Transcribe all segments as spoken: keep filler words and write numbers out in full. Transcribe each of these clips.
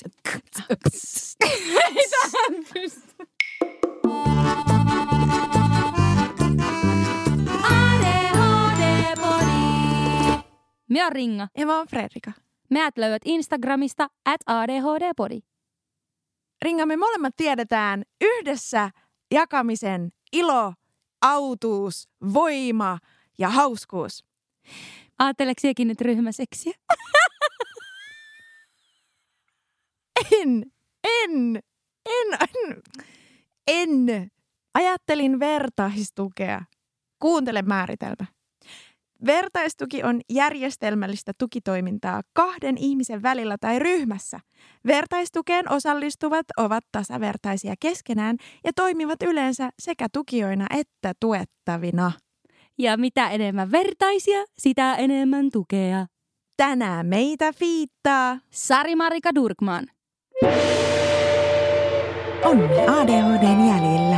Ei tähän pysty. A D H D-podi. Mä oon Ringa. Ja mä oon Fredrika. Meät löydät Instagramista at A D H D-podi. Ringa, me molemmat tiedetään yhdessä jakamisen ilo, autuus, voima ja hauskuus. Ajatteleeko sinäkin nyt ryhmäseksiä? En, en, en, en, en. Ajattelin vertaistukea. Kuuntele määritelmä. Vertaistuki on järjestelmällistä tukitoimintaa kahden ihmisen välillä tai ryhmässä. Vertaistukeen osallistuvat ovat tasavertaisia keskenään ja toimivat yleensä sekä tukijoina että tuettavina. Ja mitä enemmän vertaisia, sitä enemmän tukea. Tänään meitä fiittaa Sari-Marika Durkman. Onni A D H D:n jäljillä.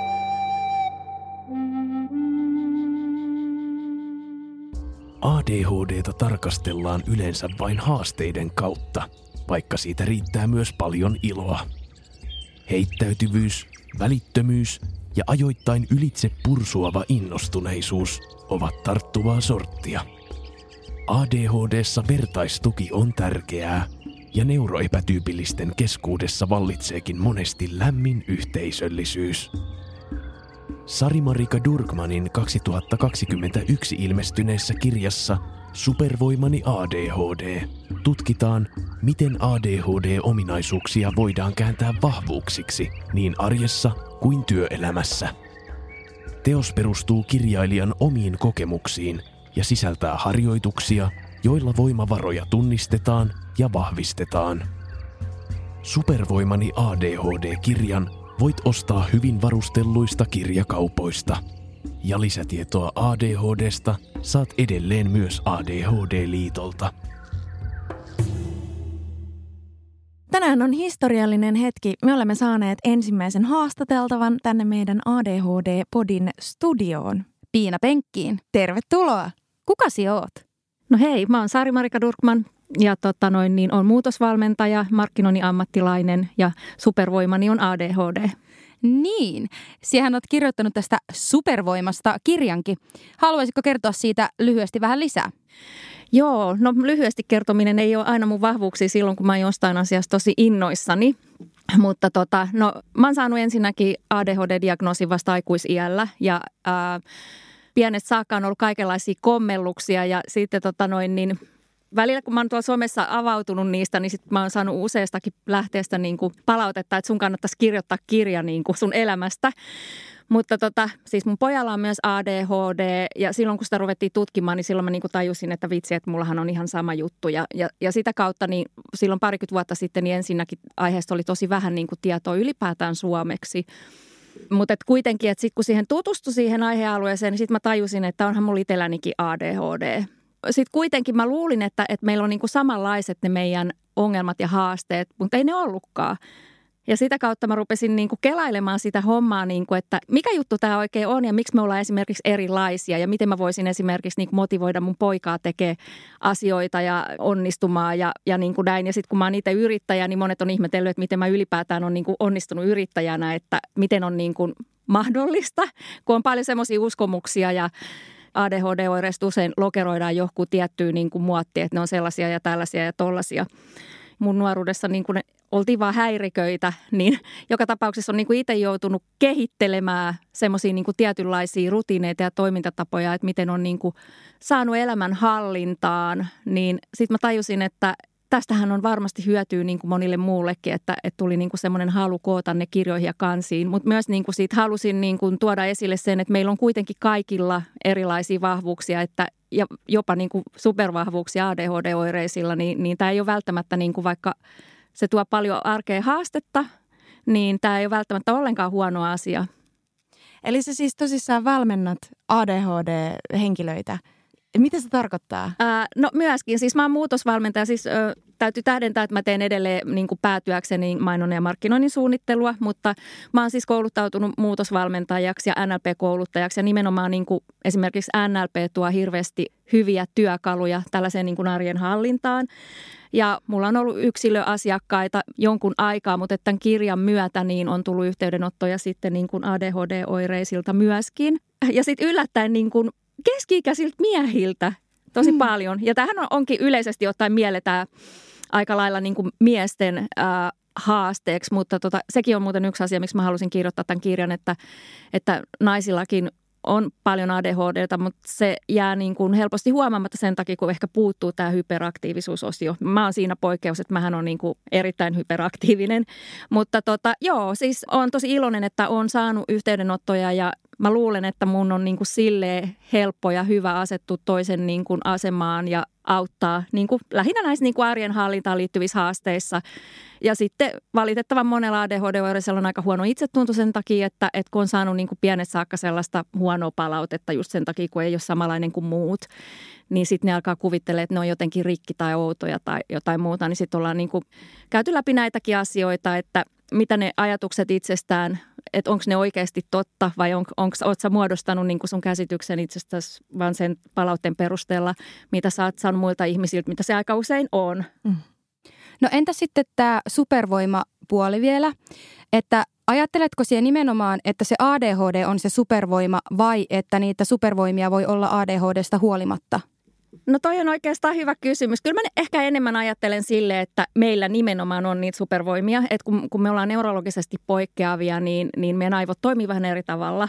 A D H D:tä tarkastellaan yleensä vain haasteiden kautta, vaikka siitä riittää myös paljon iloa. Heittäytyvyys, välittömyys ja ajoittain ylitse pursuava innostuneisuus ovat tarttuvaa sorttia. A D H D:ssa vertaistuki on tärkeää ja neuroepätyypillisten keskuudessa vallitseekin monesti lämmin yhteisöllisyys. Sari-Marika Durkmanin kaksituhattakaksikymmentäyksi ilmestyneessä kirjassa Supervoimani A D H D tutkitaan, miten A D H D-ominaisuuksia voidaan kääntää vahvuuksiksi niin arjessa kuin työelämässä. Teos perustuu kirjailijan omiin kokemuksiin ja sisältää harjoituksia, joilla voimavaroja tunnistetaan ja vahvistetaan. Supervoimani A D H D-kirjan voit ostaa hyvin varustelluista kirjakaupoista. Ja lisätietoa A D H D:sta saat edelleen myös A D H D-liitolta. Tänään on historiallinen hetki. Me olemme saaneet ensimmäisen haastateltavan tänne meidän A D H D-podin studioon. Piina penkkiin. Tervetuloa. Kuka sinä oot? No hei, mä oon Sari-Marika Durkman ja tota noin, niin on muutosvalmentaja, markkinoinnin ammattilainen ja supervoimani on A D H D. Niin, siehän oot kirjoittanut tästä supervoimasta kirjankin. Haluaisitko kertoa siitä lyhyesti vähän lisää? Joo, no lyhyesti kertominen ei ole aina mun vahvuuksia silloin, kun mä oon jostain asiasta tosi innoissani. Mutta tota, no mä oon saanut ensinnäkin A D H D-diagnoosin vasta aikuisiällä ja ää, pienestä saakka on ollut kaikenlaisia kommelluksia ja sitten tota noin niin välillä, kun mä oon tuolla somessa avautunut niistä, niin sit mä oon saanut useastakin lähteestä niin kuin palautetta, että sun kannattaisi kirjoittaa kirja niin kuin sun elämästä. Mutta tota, siis mun pojalla on myös A D H D ja silloin kun sitä ruvettiin tutkimaan, niin silloin mä niin kuin tajusin, että vitsi, että mullahan on ihan sama juttu. Ja, ja, ja sitä kautta niin silloin parikymmentä vuotta sitten niin ensinnäkin aiheesta oli tosi vähän niin kuin tietoa ylipäätään suomeksi. Mutta kuitenkin, että sitten kun siihen tutustui siihen aihealueeseen, niin sitten mä tajusin, että onhan mulla itsellänikin A D H D. Sitten kuitenkin mä luulin, että, että meillä on niinku samanlaiset ne meidän ongelmat ja haasteet, mutta ei ne ollutkaan. Ja sitä kautta mä rupesin niinku kelailemaan sitä hommaa, niinku, että mikä juttu tämä oikein on ja miksi me ollaan esimerkiksi erilaisia ja miten mä voisin esimerkiksi niinku motivoida mun poikaa tekemään asioita ja onnistumaan ja, ja niinku näin. Ja sitten kun mä oon itse yrittäjä, niin monet on ihmetellyt, että miten mä ylipäätään on niinku onnistunut yrittäjänä, että miten on niinku mahdollista, kun on paljon semmoisia uskomuksia ja A D H D-oireista usein lokeroidaan johonkin tiettyyn niin kuin muottiin, että ne on sellaisia ja tällaisia ja tollaisia. Mun nuoruudessa niin kuin ne oltiin vaan häiriköitä, niin joka tapauksessa on niin kuin itse joutunut kehittelemään semmoisia niin kuin tietynlaisia rutiineita ja toimintatapoja, että miten on niin kuin saanut elämän hallintaan. Niin sitten mä tajusin, että tästähän on varmasti hyötyä niin kuin monille muullekin, että, että tuli niin kuin semmoinen halu koota ne kirjoihin ja kansiin. Mutta myös niin kuin siitä halusin niin kuin tuoda esille sen, että meillä on kuitenkin kaikilla erilaisia vahvuuksia että, ja jopa niin kuin supervahvuuksia A D H D-oireisilla, niin, niin tämä ei ole välttämättä, niin kuin vaikka se tuo paljon arkeen haastetta, niin tämä ei ole välttämättä ollenkaan huono asia. Eli sä siis tosissaan valmennat A D H D-henkilöitä. Mitä se tarkoittaa? Ää, no myöskin. Siis mä oon muutosvalmentaja. Siis ö, täytyy tähdentää, että mä teen edelleen niin kuin päätyäkseni mainonnan ja markkinoinnin suunnittelua, mutta mä oon siis kouluttautunut muutosvalmentajaksi ja N L P-kouluttajaksi ja nimenomaan niin kuin esimerkiksi N L P tuo hirveästi hyviä työkaluja tällaiseen niin kuin arjen hallintaan. Ja mulla on ollut yksilöasiakkaita jonkun aikaa, mutta tämän kirjan myötä niin on tullut yhteydenottoja sitten niin kuin A D H D-oireisilta myöskin. Ja sitten yllättäen niin kuin keski-ikäisiltä miehiltä tosi mm. paljon. Ja tämähän on, onkin yleisesti ottaen mielletään aika lailla niin kuin miesten ää, haasteeksi, mutta tota, sekin on muuten yksi asia, miksi mä halusin kirjoittaa tämän kirjan, että, että naisillakin on paljon A D H D:tä, mutta se jää niin kuin helposti huomaamatta sen takia, kun ehkä puuttuu tämä hyperaktiivisuusosio. Mä oon siinä poikkeus, että mähän on niin kuin erittäin hyperaktiivinen, mutta tota, joo, siis on tosi iloinen, että on saanut yhteydenottoja ja mä luulen, että mun on niin kuin silleen helppo ja hyvä asettua toisen niin kuin asemaan ja auttaa niin kuin lähinnä näissä niin kuin arjen hallintaan liittyvissä haasteissa. Ja sitten valitettavan monella A D H D-oireisella on aika huono itsetunto sen takia, että, että kun on saanut niin kuin pienet saakka sellaista huonoa palautetta just sen takia, kun ei ole samanlainen kuin muut, niin sitten ne alkaa kuvittelemaan, että ne on jotenkin rikki tai outoja tai jotain muuta. Niin sitten ollaan niin kuin käyty läpi näitäkin asioita, että mitä ne ajatukset itsestään, että onko ne oikeasti totta vai on, oletko sä muodostanut niin kuin sun käsityksen itsestäsi vaan sen palautteen perusteella, mitä sä oot saanut muilta ihmisiltä, mitä se aika usein on. Mm. No entä sitten tämä supervoimapuoli vielä, että ajatteletko siellä nimenomaan, että se A D H D on se supervoima vai että niitä supervoimia voi olla A D H D:sta huolimatta? No toi on oikeastaan hyvä kysymys. Kyllä mä ehkä enemmän ajattelen sille, että meillä nimenomaan on niitä supervoimia, että kun, kun me ollaan neurologisesti poikkeavia, niin, niin meidän aivot toimii vähän eri tavalla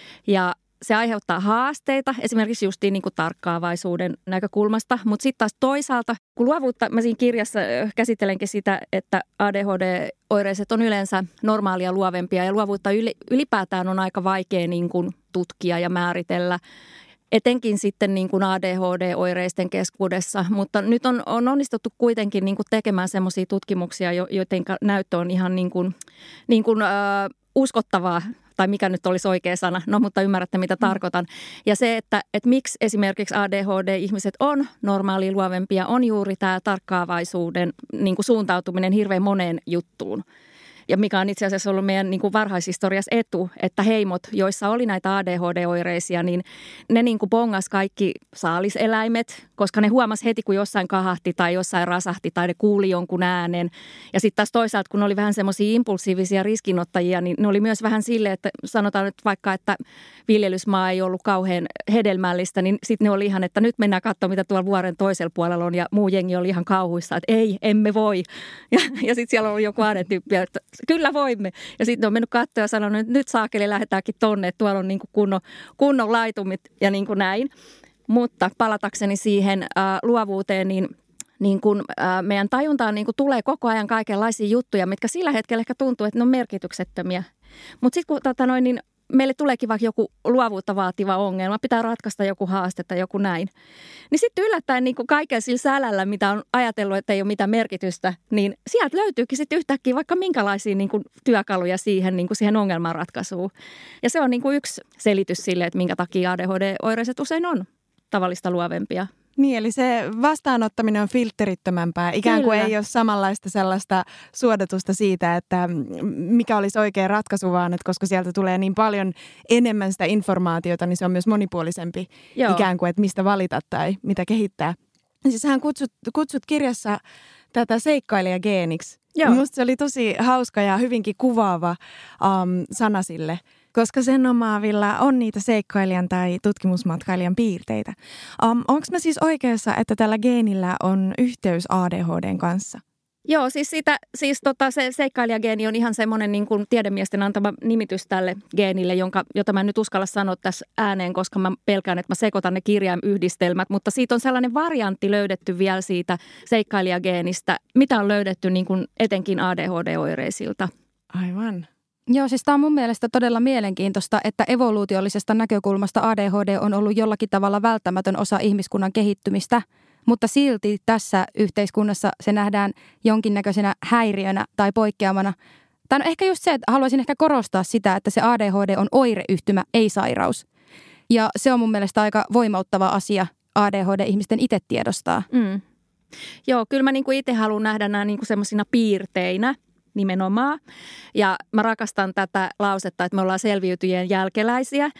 ja se aiheuttaa haasteita, esimerkiksi justiin niin kuin tarkkaavaisuuden näkökulmasta, mutta sitten taas toisaalta, kun luovuutta, mä siinä kirjassa käsittelenkin sitä, että A D H D-oireiset on yleensä normaalia luovempia ja luovuutta ylipäätään on aika vaikea niin kuin tutkia ja määritellä, etenkin sitten niin kuin A D H D-oireisten keskuudessa, mutta nyt on, on onnistuttu kuitenkin niin kuin tekemään semmoisia tutkimuksia, joiden näyttö on ihan niin kuin, niin kuin, äh, uskottavaa, tai mikä nyt olisi oikea sana, no mutta ymmärrätte mitä mm. tarkoitan. Ja se, että, että miksi esimerkiksi A D H D-ihmiset on normaalia luovempia, on juuri tämä tarkkaavaisuuden niin kuin suuntautuminen hirveän moneen juttuun. Ja mikä on itse asiassa ollut meidän niin kuin varhaishistoriassa etu, että heimot, joissa oli näitä A D H D-oireisia, niin ne niin kuin bongas kaikki saaliseläimet, koska ne huomasi heti, kun jossain kahahti tai jossain rasahti tai ne kuuli jonkun äänen. Ja sitten taas toisaalta, kun ne oli vähän semmoisia impulsiivisia riskinottajia, niin ne oli myös vähän silleen, että sanotaan nyt vaikka, että viljelysmaa ei ollut kauhean hedelmällistä, niin sitten ne oli ihan, että nyt mennään katsomaan, mitä tuolla vuoren toisella puolella on. Ja muu jengi oli ihan kauhuissa, että ei, emme voi. Ja, ja sitten siellä oli joku aadetyyppi, että kyllä voimme. Ja sitten on mennyt katsoa ja sanonut, että nyt saakeli lähdetäänkin tonne, että tuolla on niin kuin kunnon, kunnon laitumit ja niin kuin näin. Mutta palatakseni siihen äh, luovuuteen, niin, niin kun, äh, meidän tajuntaan niin kun tulee koko ajan kaikenlaisia juttuja, mitkä sillä hetkellä ehkä tuntuu, että ne on merkityksettömiä. Mutta sitten kun tota noin, niin meille tuleekin vaikka joku luovuutta vaativa ongelma, pitää ratkaista joku haaste tai joku näin. Niin sitten yllättäen niin kaiken sillä sälällä, mitä on ajatellut, että ei ole mitään merkitystä, niin sieltä löytyykin sitten yhtäkkiä vaikka minkälaisia niin kuin työkaluja siihen, niin kuin siihen ongelmanratkaisuun. Ja se on niin kuin yksi selitys sille, että minkä takia A D H D-oireiset usein on tavallista luovempia. Niin, eli se vastaanottaminen on filterittömämpää. Ikään kuin Kyllä. ei ole samanlaista sellaista suodatusta siitä, että mikä olisi oikea ratkaisu, vaan että koska sieltä tulee niin paljon enemmän sitä informaatiota, niin se on myös monipuolisempi Joo. ikään kuin, että mistä valita tai mitä kehittää. Siis hän kutsut, kutsut kirjassa tätä seikkailijageeniksi. Minusta se oli tosi hauska ja hyvinkin kuvaava um, sana sille. Koska sen omaavilla on niitä seikkailijan tai tutkimusmatkailijan piirteitä. Um, Onko mä siis oikeassa, että tällä geenillä on yhteys A D H D:n kanssa? Joo, siis, sitä, siis tota, se seikkailijageeni on ihan semmoinen niin kuin tiedemiesten antama nimitys tälle geenille, jonka, jota mä en nyt uskalla sanoa tässä ääneen, koska mä pelkään, että mä sekoitan ne kirjainyhdistelmät. Mutta siitä on sellainen variantti löydetty vielä siitä seikkailijagenistä, mitä on löydetty niin kuin etenkin A D H D-oireisilta. Aivan. Joo, siis tämä on mun mielestä todella mielenkiintoista, että evoluutiollisesta näkökulmasta A D H D on ollut jollakin tavalla välttämätön osa ihmiskunnan kehittymistä, mutta silti tässä yhteiskunnassa se nähdään jonkinnäköisenä häiriönä tai poikkeamana. Tai no ehkä just se, että haluaisin ehkä korostaa sitä, että se A D H D on oireyhtymä, ei sairaus. Ja se on mun mielestä aika voimauttava asia A D H D-ihmisten itse tiedostaa. Mm. Joo, kyllä mä niinku itse haluan nähdä nämä niinku semmoisina piirteinä. Nimenomaan. Ja mä rakastan tätä lausetta, että me ollaan selviytyjien jälkeläisiä.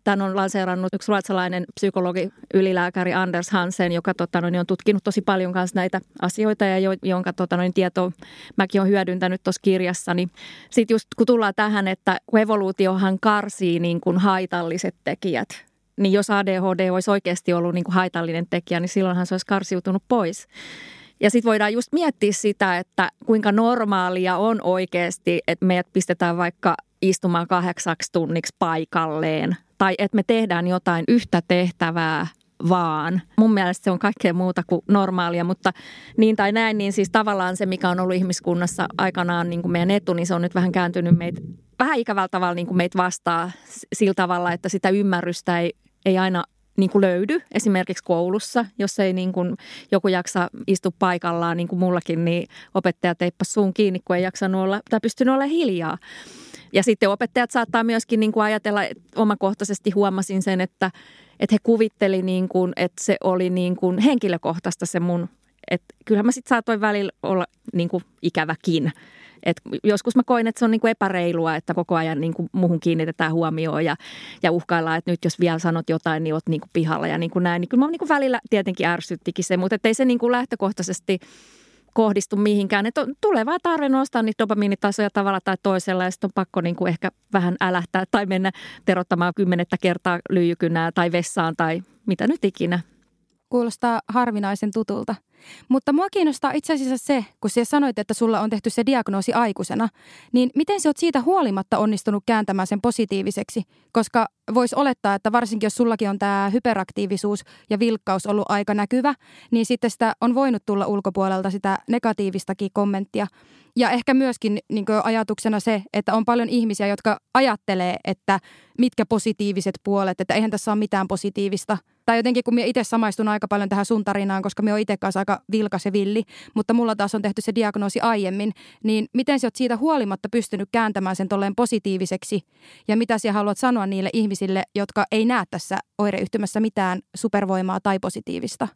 Tämän on lanseerannut yksi ruotsalainen psykologi, ylilääkäri Anders Hansen, joka tota, noin, on tutkinut tosi paljon kanssa näitä asioita ja jo, jonka tota, noin, tietoa mäkin olen hyödyntänyt tuossa kirjassani. Sitten just kun tullaan tähän, että kun evoluutiohan karsii niin kuin haitalliset tekijät, niin jos A D H D olisi oikeasti ollut niin kuin haitallinen tekijä, niin silloinhan se olisi karsiutunut pois. Ja sitten voidaan just miettiä sitä, että kuinka normaalia on oikeasti, että meidät pistetään vaikka istumaan kahdeksaksi tunniksi paikalleen. Tai että me tehdään jotain yhtä tehtävää vaan. Mun mielestä se on kaikkea muuta kuin normaalia, mutta niin tai näin, niin siis tavallaan se, mikä on ollut ihmiskunnassa aikanaan niin kuin meidän etu, niin se on nyt vähän kääntynyt meitä, vähän ikävällä tavalla niin kuin meitä vastaa sillä tavalla, että sitä ymmärrystä ei, ei aina niin kuin löydy. Esimerkiksi koulussa, jos ei niin kuin joku jaksa istua paikallaan, niin kuin mullakin, niin opettaja teippasi suun kiinni, kun ei jaksanut olla tai pystynyt olemaan hiljaa. Ja sitten opettajat saattaa myöskin niin kuin ajatella, omakohtaisesti huomasin sen, että, että he kuvitteli, niin kuin, että se oli niin kuin henkilökohtaista se mun, että kyllähän mä sitten saatoin välillä olla niin kuin ikäväkin. Et joskus mä koin, että se on niin kuin epäreilua, että koko ajan niin kuin muuhun kiinnitetään huomioon ja, ja uhkaillaan, että nyt jos vielä sanot jotain, niin oot niin kuin pihalla ja niin kuin näin. Niin kyllä mä niin kuin välillä tietenkin ärsyttikin se, mutta ei se niin kuin lähtökohtaisesti kohdistu mihinkään. Että tulee vaan tarve nostaa niitä dopamiinitasoja tavalla tai toisella ja sitten on pakko niin kuin ehkä vähän älähtää tai mennä terottamaan kymmenettä kertaa lyijykynää tai vessaan tai mitä nyt ikinä. Kuulostaa harvinaisen tutulta. Mutta mua kiinnostaa itse asiassa se, kun sä sanoit, että sulla on tehty se diagnoosi aikuisena, niin miten sä oot siitä huolimatta onnistunut kääntämään sen positiiviseksi? Koska vois olettaa, että varsinkin jos sullakin on tämä hyperaktiivisuus ja vilkkaus ollut aika näkyvä, niin sitten sitä on voinut tulla ulkopuolelta sitä negatiivistakin kommenttia. Ja ehkä myöskin niin kuin ajatuksena se, että on paljon ihmisiä, jotka ajattelee, että mitkä positiiviset puolet, että eihän tässä ole mitään positiivista. Tai jotenkin kun minä itse samaistun aika paljon tähän sun tarinaan, koska minä olen itse kanssa aika vilkas ja villi, mutta mulla taas on tehty se diagnoosi aiemmin, niin miten sä oot siitä huolimatta pystynyt kääntämään sen tolleen positiiviseksi? Ja mitä sä haluat sanoa niille ihmisille, jotka ei näe tässä oireyhtymässä mitään supervoimaa tai positiivista?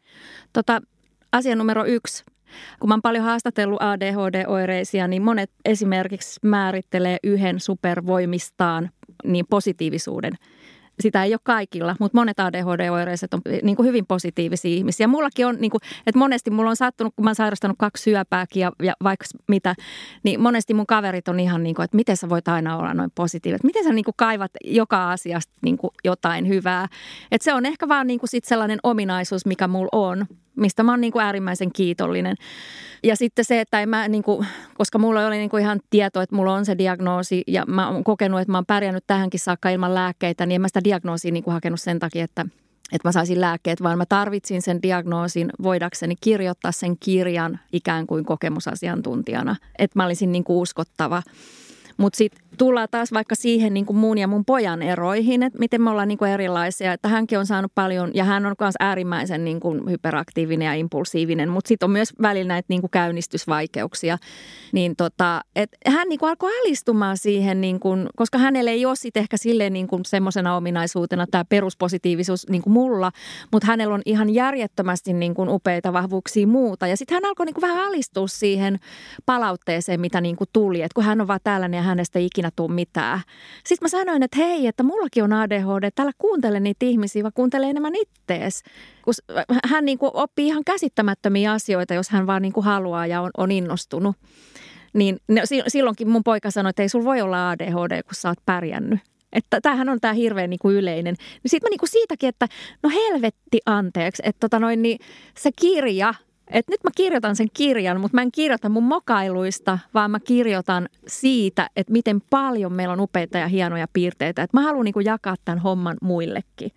Tota, asia numero yksi. Kun mä oon paljon haastatellut A D H D-oireisia, niin monet esimerkiksi määrittelee yhden supervoimistaan niin positiivisuuden. Sitä ei ole kaikilla, mutta monet A D H D-oireiset on niin kuin hyvin positiivisia ihmisiä. Mullakin on, niin kuin, että monesti mulla on sattunut, kun mä oon sairastanut kaksi syöpääkin ja, ja vaikka mitä, niin monesti mun kaverit on ihan niin kuin, että miten sä voit aina olla noin positiivinen. Miten sä niin kuin kaivat joka asiasta niin kuin jotain hyvää. Että se on ehkä vaan niin kuin sit sellainen ominaisuus, mikä mulla on, mistä mä oon niin kuin äärimmäisen kiitollinen. Ja sitten se, että en mä, niin kuin, koska mulla oli niin kuin ihan tieto, että mulla on se diagnoosi ja mä oon kokenut, että mä oon pärjännyt tähänkin saakka ilman lääkkeitä, niin en mä sitä diagnoosia niin kuin hakenut sen takia, että, että mä saisin lääkkeet, vaan mä tarvitsin sen diagnoosin voidakseni kirjoittaa sen kirjan ikään kuin kokemusasiantuntijana, että mä olisin niin kuin uskottava. Mutta sitten tullaan taas vaikka siihen niin kuin mun ja mun pojan eroihin, että miten me ollaan niin kuin erilaisia. Että hänkin on saanut paljon, ja hän on myös äärimmäisen niin kuin hyperaktiivinen ja impulsiivinen, mutta sitten on myös välillä näitä niin kuin käynnistysvaikeuksia. Niin tota, että hän niin kuin alkoi alistumaan siihen, niin kuin, koska hänelle ei ole sitten ehkä silleen niin kuin semmoisena ominaisuutena tämä peruspositiivisuus niin kuin mulla, mutta hänellä on ihan järjettömästi niin kuin upeita vahvuuksia muuta. Ja sitten hän alkoi niin kuin vähän alistua siihen palautteeseen, mitä niin kuin tuli, että kun hän on vaan tällainen ja hänestä ei ikinä tule mitään. Sitten mä sanoin, että hei, että mullakin on A D H D, täällä kuuntele niitä ihmisiä, vaan kuuntele enemmän ittees. Kun hän niin kuin oppii ihan käsittämättömiä asioita, jos hän vaan niin kuin haluaa ja on, on innostunut. Niin ne, silloinkin mun poika sanoi, että ei sulla voi olla A D H D, kun sä oot pärjännyt. Että tämähän on tämä hirveän niin kuin yleinen. Niin sitten mä niin kuin siitäkin, että no helvetti anteeksi, että tota noin, niin se kirja, että nyt mä kirjoitan sen kirjan, mutta mä en kirjoita mun mokailuista, vaan mä kirjoitan siitä, että miten paljon meillä on upeita ja hienoja piirteitä. Että mä haluan niin kuin jakaa tämän homman muillekin.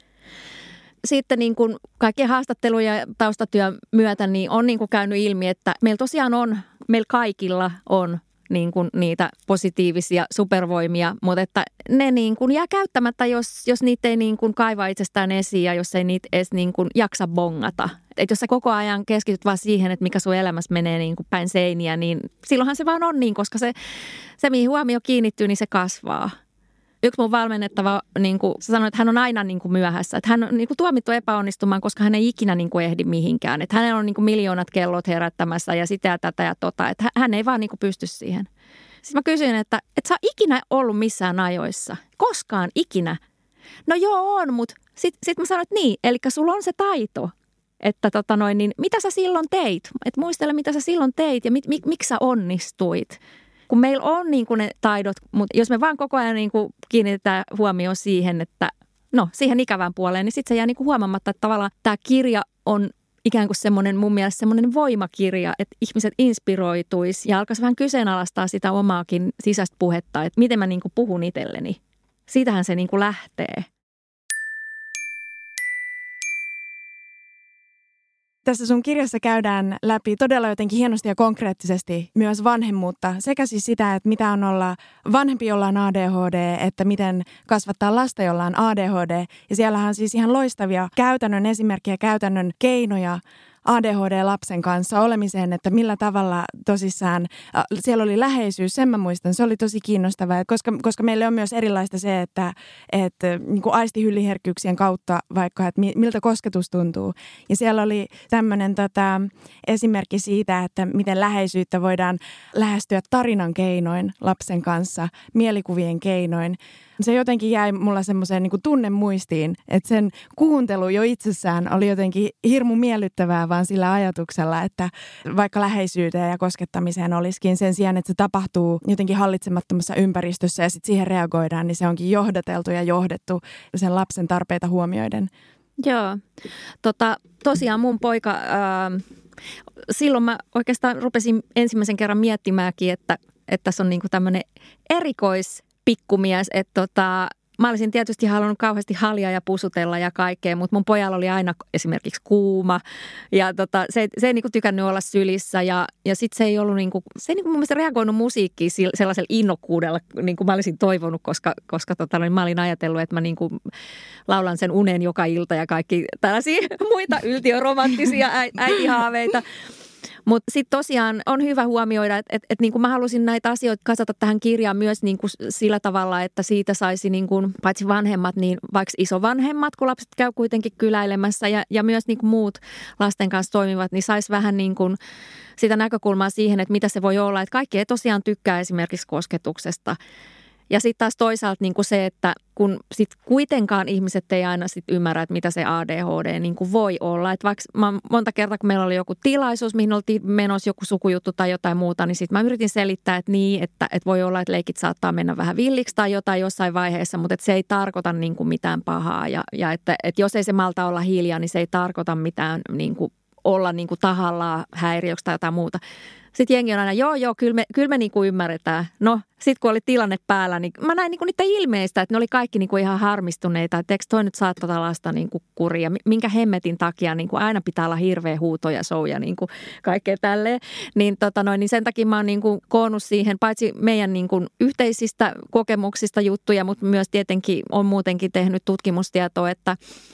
Sitten niin kuin kaikkien haastatteluja ja taustatyön myötä niin on niin kuin käynyt ilmi, että meillä tosiaan on, meillä kaikilla on niin kuin niitä positiivisia supervoimia, mutta että ne niin kuin jää käyttämättä, jos, jos niitä ei niin kuin kaiva itsestään esiin ja jos ei niitä edes niin kuin jaksa bongata. Että jos sä koko ajan keskityt vaan siihen, että mikä sun elämässä menee niin kuin päin seiniä, niin silloinhan se vaan on niin, koska se, se mihin huomio kiinnittyy, niin se kasvaa. Yksi mun valmennettava, niin kuin, sanoi, että hän on aina niin kuin myöhässä. Että hän on niin kuin tuomittu epäonnistumaan, koska hän ei ikinä niin kuin ehdi mihinkään. Että hänellä on niin kuin miljoonat kellot herättämässä ja sitä ja tätä ja tota. Että hän ei vaan niin kuin pysty siihen. Sitten mä kysyin, että et sä oot ikinä ollut missään ajoissa. Koskaan ikinä. no joo on, mutta sitten sit mä sanoin, että niin, eli sulla on se taito. Että tota noin, niin mitä sä silloin teit? Et muistele, mitä sä silloin teit ja mit, mik, miksi sä onnistuit. Kun meillä on niin kuin ne taidot, mutta jos me vaan koko ajan niin kuin kiinnitetään huomioon siihen, että no siihen ikävään puoleen, niin sitten se jää niin kuin huomaamatta, että tavallaan tämä kirja on ikään kuin semmoinen mun mielestä semmoinen voimakirja, että ihmiset inspiroituisi ja alkaisi vähän kyseenalaistaa sitä omaakin sisäistä puhetta, että miten mä niin kuin puhun itselleni. Siitähän se niin kuin lähtee. Tässä sun kirjassa käydään läpi todella jotenkin hienosti ja konkreettisesti myös vanhemmuutta. Sekä siis sitä, että mitä on olla vanhempi, jolla on A D H D, että miten kasvattaa lasta, jolla on A D H D. Ja siellähän on siis ihan loistavia käytännön esimerkkejä, käytännön keinoja A D H D-lapsen kanssa olemiseen, että millä tavalla tosissaan, äh, siellä oli läheisyys, sen mä muistan, se oli tosi kiinnostavaa, koska, koska meille on myös erilaista se, että, että niin kuin aistihylliherkkyyksien kautta vaikka, että miltä kosketus tuntuu. Ja siellä oli tämmöinen tota, esimerkki siitä, että miten läheisyyttä voidaan lähestyä tarinan keinoin lapsen kanssa, mielikuvien keinoin. Se jotenkin jäi mulla semmoiseen niin kuin tunnemuistiin, että sen kuuntelu jo itsessään oli jotenkin hirmu miellyttävää vaan sillä ajatuksella, että vaikka läheisyyteen ja koskettamiseen olisikin sen sijaan, että se tapahtuu jotenkin hallitsemattomassa ympäristössä ja sitten siihen reagoidaan, niin se onkin johdateltu ja johdettu sen lapsen tarpeita huomioiden. Joo, tota, tosiaan mun poika, ää, silloin mä oikeastaan rupesin ensimmäisen kerran miettimäänkin, että, että tässä on niinku tämmöinen erikois pikkumies, että tota, mä olisin tietysti halunnut kauheasti haljaa ja pusutella ja kaikkea, mutta mun pojalla oli aina esimerkiksi kuuma ja tota, se, se ei niinku tykännyt olla sylissä ja, ja sitten se ei ollut niinku, se ei niinku mun mielestä reagoinut musiikkiin sellaisella innokkuudella, niin kuin mä olisin toivonut, koska, koska tota, mä olin ajatellut, että mä niinku laulan sen unen joka ilta ja kaikki tällaisia muita yltiöromanttisia äitihaaveita. Mutta sitten tosiaan on hyvä huomioida, että et, et niinku mä halusin näitä asioita kasata tähän kirjaan myös niinku sillä tavalla, että siitä saisi niinku, paitsi vanhemmat, niin vaikka isovanhemmat, kun lapset käy kuitenkin kyläilemässä ja, ja myös niinku muut lasten kanssa toimivat, niin saisi vähän niinku sitä näkökulmaa siihen, että mitä se voi olla. Että kaikki ei tosiaan tykkää esimerkiksi kosketuksesta. Ja sitten taas toisaalta niin kuin se, että kun sit kuitenkaan ihmiset ei aina sit ymmärrä, että mitä se A D H D niin kuin voi olla. Että vaikka mä, monta kertaa, kun meillä oli joku tilaisuus, mihin oltiin menossa joku sukujuttu tai jotain muuta, niin sitten mä yritin selittää, että niin, että, että voi olla, että leikit saattaa mennä vähän villiksi tai jotain jossain vaiheessa, mutta että se ei tarkoita niin kuin mitään pahaa. Ja, ja että, että jos ei se malta olla hiljaa, niin se ei tarkoita mitään niin kuin olla niin kuin tahallaan häiriöksi tai jotain muuta. Sitten jengi on aina, joo, joo, kyllä me, kyllä me niin kuin ymmärretään. No, sitten kun oli tilanne päällä, niin mä näin niin kuin niitä ilmeistä, että ne oli kaikki niin kuin ihan harmistuneita, että eikö toi nyt saa tota lasta niin kuin kuria. Minkä hemmetin takia niin kuin aina pitää olla hirveä huuto ja show ja niin kuin kaikkea tälleen. Niin, tota noin, niin sen takia mä oon niin kuin koonnut siihen, paitsi meidän niin kuin yhteisistä kokemuksista juttuja, mutta myös tietenkin on muutenkin tehnyt tutkimustietoa, että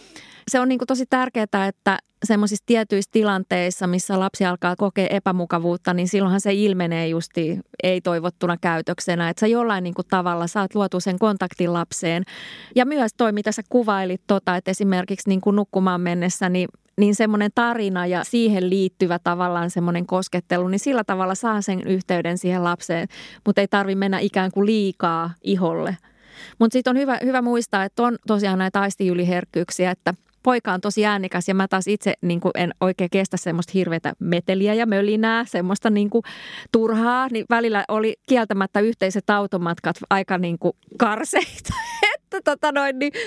se on niin kuin tosi tärkeää, että semmoisissa tietyissä tilanteissa, missä lapsi alkaa kokea epämukavuutta, niin silloinhan se ilmenee justi ei-toivottuna käytöksenä. Että sä jollain niin kuin tavalla saat luotua sen kontaktin lapseen. Ja myös toi, mitä sä kuvailit, tota, että esimerkiksi niin kuin nukkumaan mennessä, niin, niin semmoinen tarina ja siihen liittyvä tavallaan semmoinen koskettelu, niin sillä tavalla saa sen yhteyden siihen lapseen, mutta ei tarvitse mennä ikään kuin liikaa iholle. Mutta sitten on hyvä, hyvä muistaa, että on tosiaan näitä aistiyliherkkyyksiä, että poika on tosi äänikäs ja mä taas itse niin kuin en oikein kestä semmoista hirveätä meteliä ja mölinää, semmoista niin kuin turhaa. Niin välillä oli kieltämättä yhteiset automatkat aika niin kuin karseita. että tota noin, niin,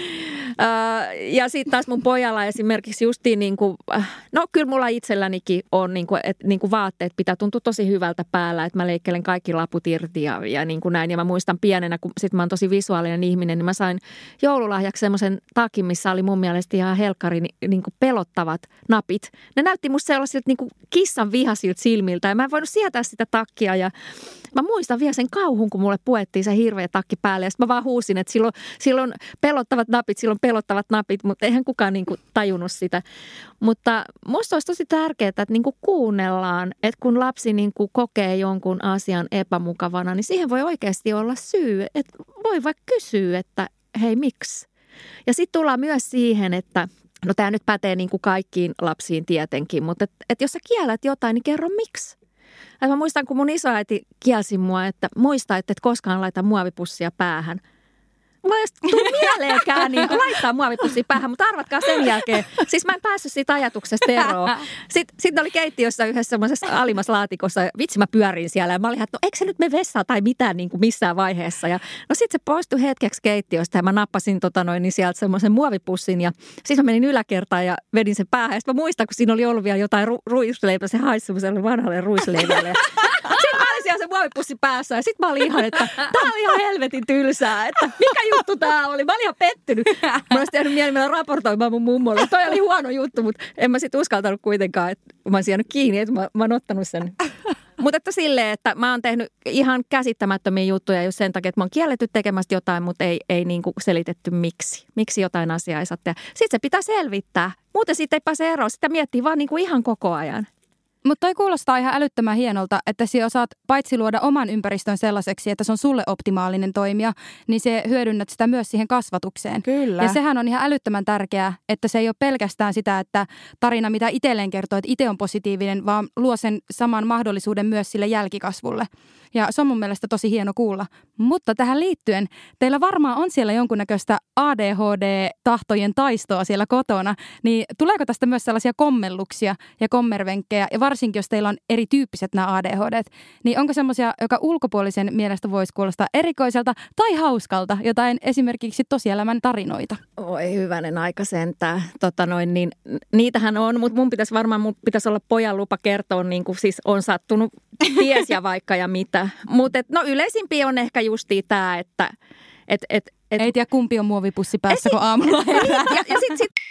ää, ja sitten taas mun pojalla esimerkiksi justiin niin kuin, no kyllä mulla itsellänikin on niin kuin, että niin kuin vaatteet pitää tuntua tosi hyvältä päällä, että mä leikkelen kaikki laput irti ja, ja niin kuin näin. Ja mä muistan pienenä, kun sit mä oon tosi visuaalinen ihminen, niin mä sain joululahjaksi semmoisen takin, missä oli mun mielestä ihan helkkari niin kuin pelottavat napit. Ne näytti musta sellaisilta niin kuin kissan vihasilta silmiltä ja mä en voinut sietää sitä takkia ja mä muistan vielä sen kauhun, kun mulle puettiin se hirveä takki päälle ja sitten mä vaan huusin, että silloin, silloin pelottavat napit, silloin pelottavat napit, mutta eihän kukaan niin kuin tajunnut sitä. Mutta musta olisi tosi tärkeää, että niin kuin kuunnellaan, että kun lapsi niin kuin kokee jonkun asian epämukavana, niin siihen voi oikeasti olla syy, että voi vaikka kysyä, että hei miksi? Ja sitten tullaan myös siihen, että no tämä nyt pätee niin kuin kaikkiin lapsiin tietenkin, mutta et, et jos sä kiellät jotain, niin kerro miksi. Et mä muistan, kun mun isoäiti kielsi mua, että muista, että et koskaan laita muovipussia päähän. mulla ei tule mieleenkään niin laittaa muovipussia päähän, mutta arvatkaa sen jälkeen. Siis mä en päässyt siitä ajatuksesta eroon. Sitten, sitten oli keittiössä yhdessä semmoisessa alimmassa laatikossa. Vitsi, mä pyörin siellä ja mä olin, että no eikö se nyt me vessaan tai mitään niin kuin missään vaiheessa. Ja no sitten se poistui hetkeksi keittiöstä ja mä nappasin tota noin, niin sieltä semmoisen muovipussin ja sitten mä menin yläkertaan ja vedin sen päähän. Ja sitten mä muistan, kun siinä oli ollut vielä jotain ru- ruisleipää, se haisi semmoiselle vanhalle ruisleivälle. Sitten mä olin siellä se muovipussi päässä ja sitten mä olin ihan, että tää oli ihan helvetin tylsää, että mikä juttu tää oli. Mä olin ihan pettynyt. Mä olisin tehnyt mieli mennä raportoimaan mun mummolle. Toi oli huono juttu, mutta en mä sit uskaltanut kuitenkaan, että mä olisin jäänyt kiinni, että mä, mä oon ottanut sen. Mutta että silleen, että mä oon tehnyt ihan käsittämättömiä juttuja just sen takia, että mä oon kielletty tekemästä jotain, mutta ei, ei niinku selitetty miksi. Miksi jotain asiaa ei saa tehdä. Sitten se pitää selvittää. Muuten siitä ei pääse eroon. Sitä miettii vaan niinku ihan koko ajan. Mutta toi kuulostaa ihan älyttömän hienolta, että sinä osaat paitsi luoda oman ympäristön sellaiseksi, että se on sulle optimaalinen toimija, niin se hyödynnät sitä myös siihen kasvatukseen. Kyllä. Ja sehän on ihan älyttömän tärkeää, että se ei ole pelkästään sitä, että tarina, mitä itselleen kertoo, että itse on positiivinen, vaan luo sen saman mahdollisuuden myös sille jälkikasvulle. Ja se on mun mielestä tosi hieno kuulla. Mutta tähän liittyen, teillä varmaan on siellä jonkunnäköistä A D H D-tahtojen taistoa siellä kotona, niin tuleeko tästä myös sellaisia kommelluksia ja kommervenkkejä, ja varsinkin jos teillä on erityyppiset nämä A D H D:t, niin onko semmoisia, joka ulkopuolisen mielestä voisi kuulostaa erikoiselta tai hauskalta, jotain esimerkiksi tosielämän tarinoita? Oi hyvänen aika sentään. Tota noin, niin, niitähän on, mutta mun pitäisi varmaan mun pitäisi olla pojan lupa kertoa, niin kuin siis on sattunut ties ja vaikka ja mitä. Mutta no yleisimpiä on ehkä justiin tämä, että et, et, et, ei tiedä kumpi on muovipussi päässä, kun aamulla herää. Ja, ja sitten sit,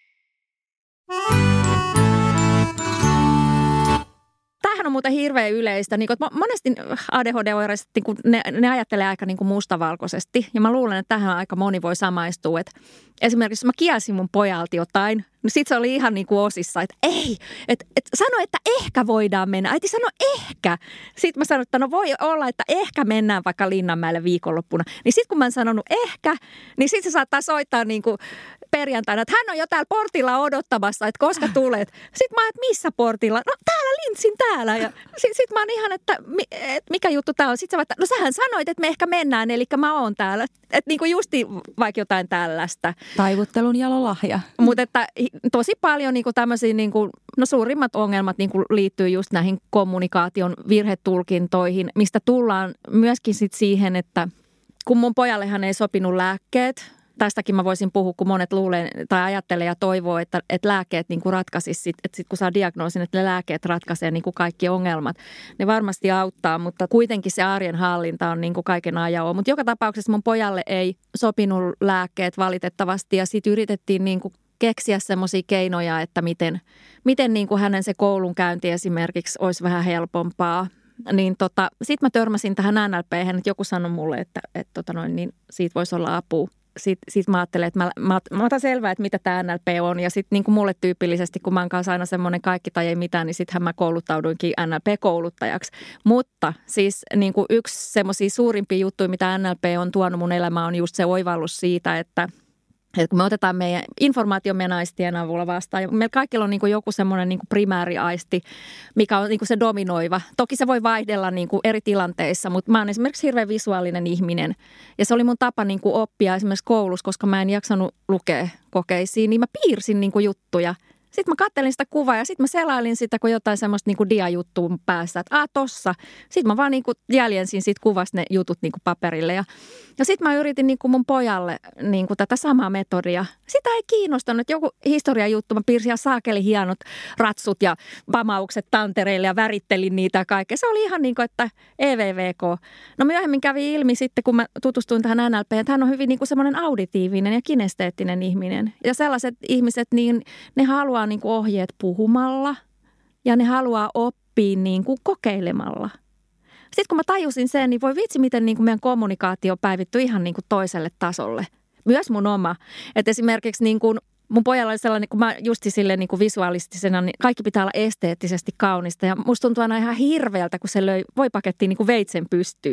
tämähän on muuten hirveän yleistä. Niin kuin, monesti A D H D-oireiset niin ne, ne ajattelee aika niin kuin mustavalkoisesti. Ja mä luulen, että tähän aika moni voi samaistua. Että esimerkiksi jos mä kielsin mun pojalta jotain, niin sit se oli ihan niin kuin osissa, että ei, että et sano, että ehkä voidaan mennä. Äiti sano ehkä. Sitten mä sanoin, että no voi olla, että ehkä mennään vaikka Linnanmäelle viikonloppuna. Niin sitten kun mä en sanonut ehkä, niin sitten se saattaa soittaa niin kuin perjantaina, että hän on jo täällä portilla odottamassa, että koska tulet. Sitten mä oon, että missä portilla? No täällä Lintsin täällä. Ja sitten sit mä oon ihan, että, että mikä juttu tää on. Sitten sä että no sähän sanoit, että me ehkä mennään, eli mä oon täällä. Että niin kuin justi vaikka jotain tällaista. Taivuttelun jalolahja. Mutta että tosi paljon niin kuin tämmöisiä, niin kuin, no suurimmat ongelmat niin kuin liittyy just näihin kommunikaation virhetulkintoihin, mistä tullaan myöskin sit siihen, että kun mun pojallehan ei sopinut lääkkeet, tästäkin mä voisin puhua, kun monet luulee tai ajattelee ja toivoo, että, että lääkkeet niin kuin ratkaisisi, sit, että sitten kun saa diagnoosin, että ne lääkkeet ratkaisee niin kuin kaikki ongelmat. Ne varmasti auttaa, mutta kuitenkin se arjen hallinta on niin kuin kaiken ajan. Mutta joka tapauksessa mun pojalle ei sopinut lääkkeet valitettavasti ja sitten yritettiin niin kuin keksiä semmoisia keinoja, että miten, miten niin kuin hänen se koulunkäynti esimerkiksi olisi vähän helpompaa. Niin tota, sitten mä törmäsin tähän N L P:hen, että joku sanoi mulle, että, että tota noin, niin siitä voisi olla apua. Sitten sit mä ajattelin, että mä, mä, mä otan selvää, että mitä tämä N L P on. Ja sitten niin kuin mulle tyypillisesti, kun mä oon kanssa aina semmoinen kaikki tai ei mitään, niin sittenhän mä kouluttauduinkin N L P-kouluttajaksi. Mutta siis niin kuin yksi semmoisia suurimpia juttuja, mitä N L P on tuonut mun elämään, on just se oivallus siitä, että että kun me otetaan meidän informaatio meidän aistien avulla vastaan, ja meillä kaikilla on niin kuin joku semmoinen niin kuin primääriaisti, mikä on niin kuin se dominoiva. Toki se voi vaihdella niin kuin eri tilanteissa, mutta mä oon esimerkiksi hirveän visuaalinen ihminen. Ja se oli mun tapa niin kuin oppia esimerkiksi koulussa, koska mä en jaksanut lukea kokeisiin, niin mä piirsin niin kuin juttuja. Sitten mä kattelin sitä kuvaa ja sitten mä selailin sitä, kun jotain semmoista niinku dia-juttua päässä, että aah tossa. Sitten mä vaan niinku jäljensin siitä kuvasta ne jutut niinku paperille. Ja, ja sitten mä yritin niinku mun pojalle niinku tätä samaa metodia. Sitä ei kiinnostanut, että joku historiajuttu, mä piirsin ihan saakeli hienot ratsut ja pamaukset tantereille ja värittelin niitä ja kaikkea. Se oli ihan niin kuin, että E V V K. No myöhemmin kävi ilmi sitten, kun mä tutustuin tähän N L P, että hän on hyvin niinku semmoinen auditiivinen ja kinesteettinen ihminen. Ja sellaiset ihmiset, niin ne haluaa niin kuin ohjeet puhumalla ja ne haluaa oppia niin kuin kokeilemalla. Sitten kun mä tajusin sen, niin voi vitsi, miten niin kuin meidän kommunikaatio päivittyi ihan niin kuin toiselle tasolle. Myös mun oma. Että esimerkiksi niin kuin mun pojalla oli sellainen, kun mä justi silleen niin kuin visuaalistisena, niin kaikki pitää olla esteettisesti kaunista. Ja musta tuntuu aina ihan hirveältä, kun se löi voipakettiin niin kuin veitsen pystyyn.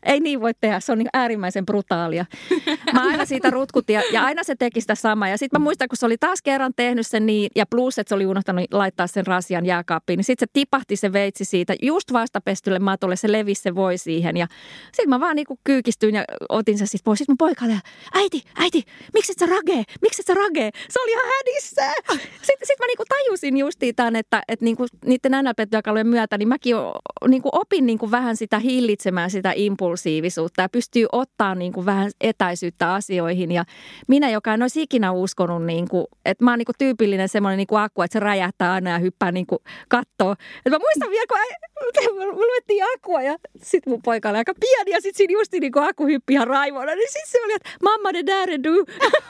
Ei niin voi tehdä, se on niin äärimmäisen brutaalia. Mä aina siitä rutkutin ja, ja aina se teki sitä samaa. Ja sitten mä muistan, kun se oli taas kerran tehnyt sen niin, ja plus, että se oli unohtanut laittaa sen rasian jääkaappiin, niin sitten se tipahti se veitsi siitä just vastapestylle matolle, se levisi se voi siihen. Ja sitten mä vaan niinku kyykistyin ja otin sen sitten pois. Sitten mun poika oli, äiti, äiti, miksi et sä ragee? Miksi et sä ragee? Se oli ihan hädissä. Sitten sit mä niinku tajusin justiin tämän, että, että niinku niiden N L P-työkalujen myötä, niin mäkin niinku opin niinku vähän sitä hillitsemään sitä impulsiivisuutta ja pystyy ottaa niinku vähän etäisyyttä asioihin. Ja minä, joka en olisi ikinä uskonut, niinku, että mä oon niinku tyypillinen semmoinen niinku akku, että se räjähtää aina ja hyppää niinku kattoon. Et mä muistan vielä, kun me luettiin akua ja sitten mun poika oli aika pieni ja sitten siinä justi niinku akku hyppi ihan raivona. Niin sitten se oli, että mamma de dare du.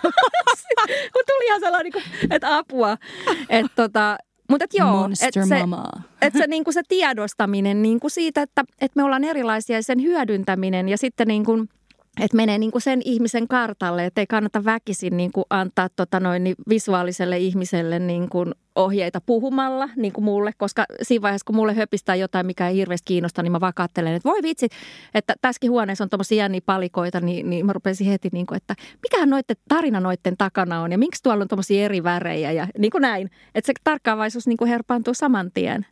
Kun tuli ihan sellainen, niinku, että apua. Että tota... Mutta et joo, että se, et se, niinku se tiedostaminen niinku siitä, että et me ollaan erilaisia ja sen hyödyntäminen ja sitten niinku, että menee niinku sen ihmisen kartalle, että ei kannata väkisin niinku antaa tota noin, niin visuaaliselle ihmiselle niinku ohjeita puhumalla niin kuin mulle, koska siinä vaiheessa, kun mulle höpistää jotain, mikä ei hirveästi kiinnosta, niin mä vaan katselen, että voi vitsi, että tässäkin huoneessa on tommosia jänniä palikoita, niin, niin mä rupesin heti, niin kuin, että mikähän noitten tarina noitten takana on ja miksi tuolla on tommosia eri värejä ja niin kuin näin. Että se tarkkaavaisuus niin kuin herpaantuu saman tien.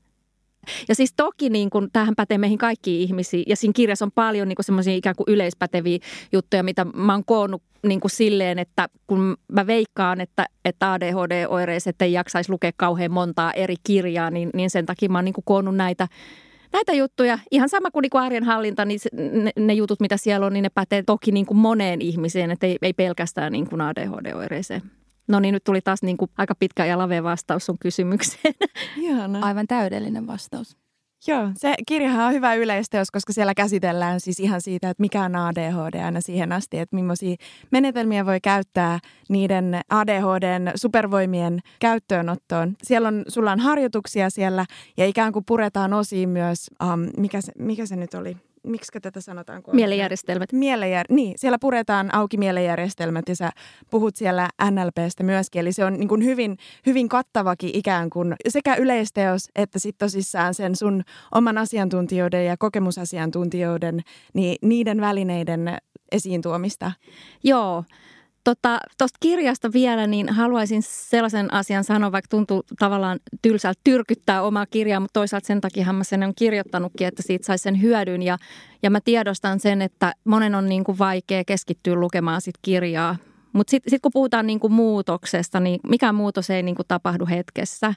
Ja siis toki niin kuin, tämähän pätee meihin kaikkiin ihmisiin ja siinä kirjassa on paljon niin kuin semmoisia ikään kuin yleispäteviä juttuja, mitä mä oon koonnut niin kuin silleen, että kun mä veikkaan, että, että A D H D-oireiset ei jaksaisi lukea kauhean montaa eri kirjaa, niin, niin sen takia mä oon niin kuin koonnut näitä, näitä juttuja. Ihan sama kuin, niin kuin arjen hallinta, niin ne, ne jutut, mitä siellä on, niin ne pätee toki niin kuin moneen ihmiseen, että ei, ei pelkästään niin kuin A D H D-oireiseen. No niin, nyt tuli taas niin kuin aika pitkä ja lavea vastaus sun kysymykseen. Ihana. Aivan täydellinen vastaus. Joo, se kirjahan on hyvä yleisteos, koska siellä käsitellään siis ihan siitä, että mikä on A D H D aina siihen asti, että millaisia menetelmiä voi käyttää niiden A D H D:n supervoimien käyttöönottoon. Siellä on, sulla on harjoituksia siellä ja ikään kuin puretaan osiin myös, um, mikä, se, mikä se nyt oli? Miksi tätä sanotaan? Mielenjärjestelmät. Mielenjär... Niin, siellä puretaan auki mielenjärjestelmät ja sä puhut siellä N L P:stä myöskin. Eli se on niin kuin hyvin, hyvin kattavakin ikään kuin sekä yleisteos että sitten tosissaan sen sun oman asiantuntijoiden ja kokemusasiantuntijoiden, niin niiden välineiden esiin tuomista. Joo. Tuosta tota, kirjasta vielä, niin haluaisin sellaisen asian sanoa, vaikka tuntuu tavallaan tylsältä tyrkyttää omaa kirjaa, mutta toisaalta sen takia mä sen on kirjoittanutkin, että siitä saisi sen hyödyn. Ja, ja mä tiedostan sen, että monen on niin kuin vaikea keskittyä lukemaan sit kirjaa. Mutta sitten sit kun puhutaan niin kuin muutoksesta, niin mikään muutos ei niin kuin tapahdu hetkessä.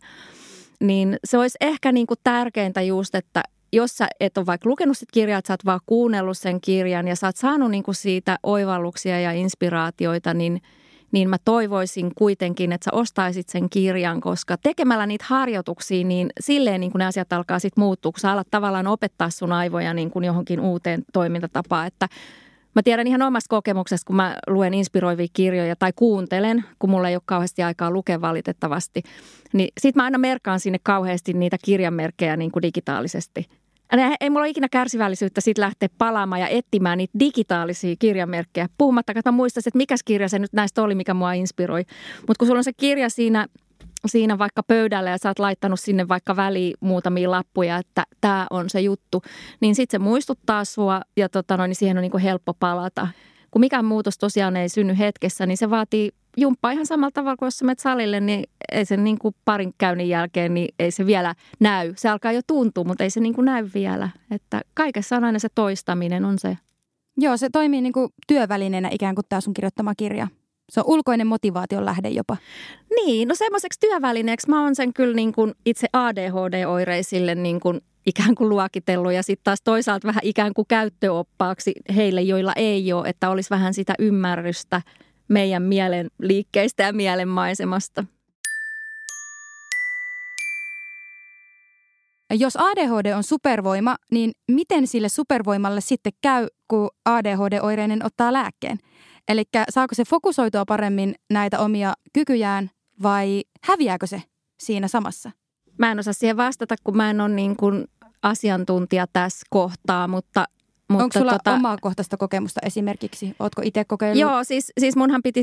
Niin se olisi ehkä niin kuin tärkeintä just, että jos sä et ole vaikka lukenut sit kirjaa, että sä oot vaan kuunnellut sen kirjan ja sä oot saanut niinku siitä oivalluksia ja inspiraatioita, niin, niin mä toivoisin kuitenkin, että sä ostaisit sen kirjan, koska tekemällä niitä harjoituksia, niin silleen niin kuin ne asiat alkaa sitten muuttua, kun sä alat tavallaan opettaa sun aivoja niin kuin johonkin uuteen toimintatapaan, että mä tiedän ihan omasta kokemuksesta, kun mä luen inspiroivia kirjoja tai kuuntelen, kun mulla ei ole kauheasti aikaa lukea valitettavasti, niin sit mä aina merkkaan sinne kauheasti niitä kirjanmerkkejä niin kuin digitaalisesti. Ei mulla ole ikinä kärsivällisyyttä sit lähteä palaamaan ja etsimään niitä digitaalisia kirjamerkkejä. Puhumattakaan, että mä muistaisin, että mikä kirja se nyt näistä oli, mikä mua inspiroi. Mutta kun sulla on se kirja siinä, siinä vaikka pöydällä ja sä oot laittanut sinne vaikka väliin muutamia lappuja, että tämä on se juttu, niin sitten se muistuttaa sua ja tota noin, niin siihen on niinku helppo palata. Kun mikään muutos tosiaan ei synny hetkessä, niin se vaatii jumppaa ihan samalla tavalla kuin jos sä menet salille, niin ei se niin kuin parin käynnin jälkeen, niin ei se vielä näy. Se alkaa jo tuntua, mutta ei se niin kuin näy vielä. Että kaikessa on aina se toistaminen on se. Joo, se toimii niin kuin työvälineenä ikään kuin tämä sun kirjoittama kirja. Se on ulkoinen motivaation lähde jopa. Niin, no semmoiseksi työvälineeksi mä oon sen kyllä niin kuin itse A D H D-oireisille niin kuin ikään kuin luokitellut ja sitten taas toisaalta vähän ikään kuin käyttöoppaaksi heille, joilla ei ole, että olisi vähän sitä ymmärrystä meidän mielen liikkeistä ja mielenmaisemasta. Jos A D H D on supervoima, niin miten sille supervoimalle sitten käy, kun A D H D-oireinen ottaa lääkkeen? Eli saako se fokusoitua paremmin näitä omia kykyjään vai häviääkö se siinä samassa? Mä en osaa siihen vastata, kun mä en ole niin kuin asiantuntija tässä kohtaa, mutta Onko sulla tota, omaa kohtaista kokemusta esimerkiksi? Ootko itse kokeillut? Joo, siis, siis munhan piti,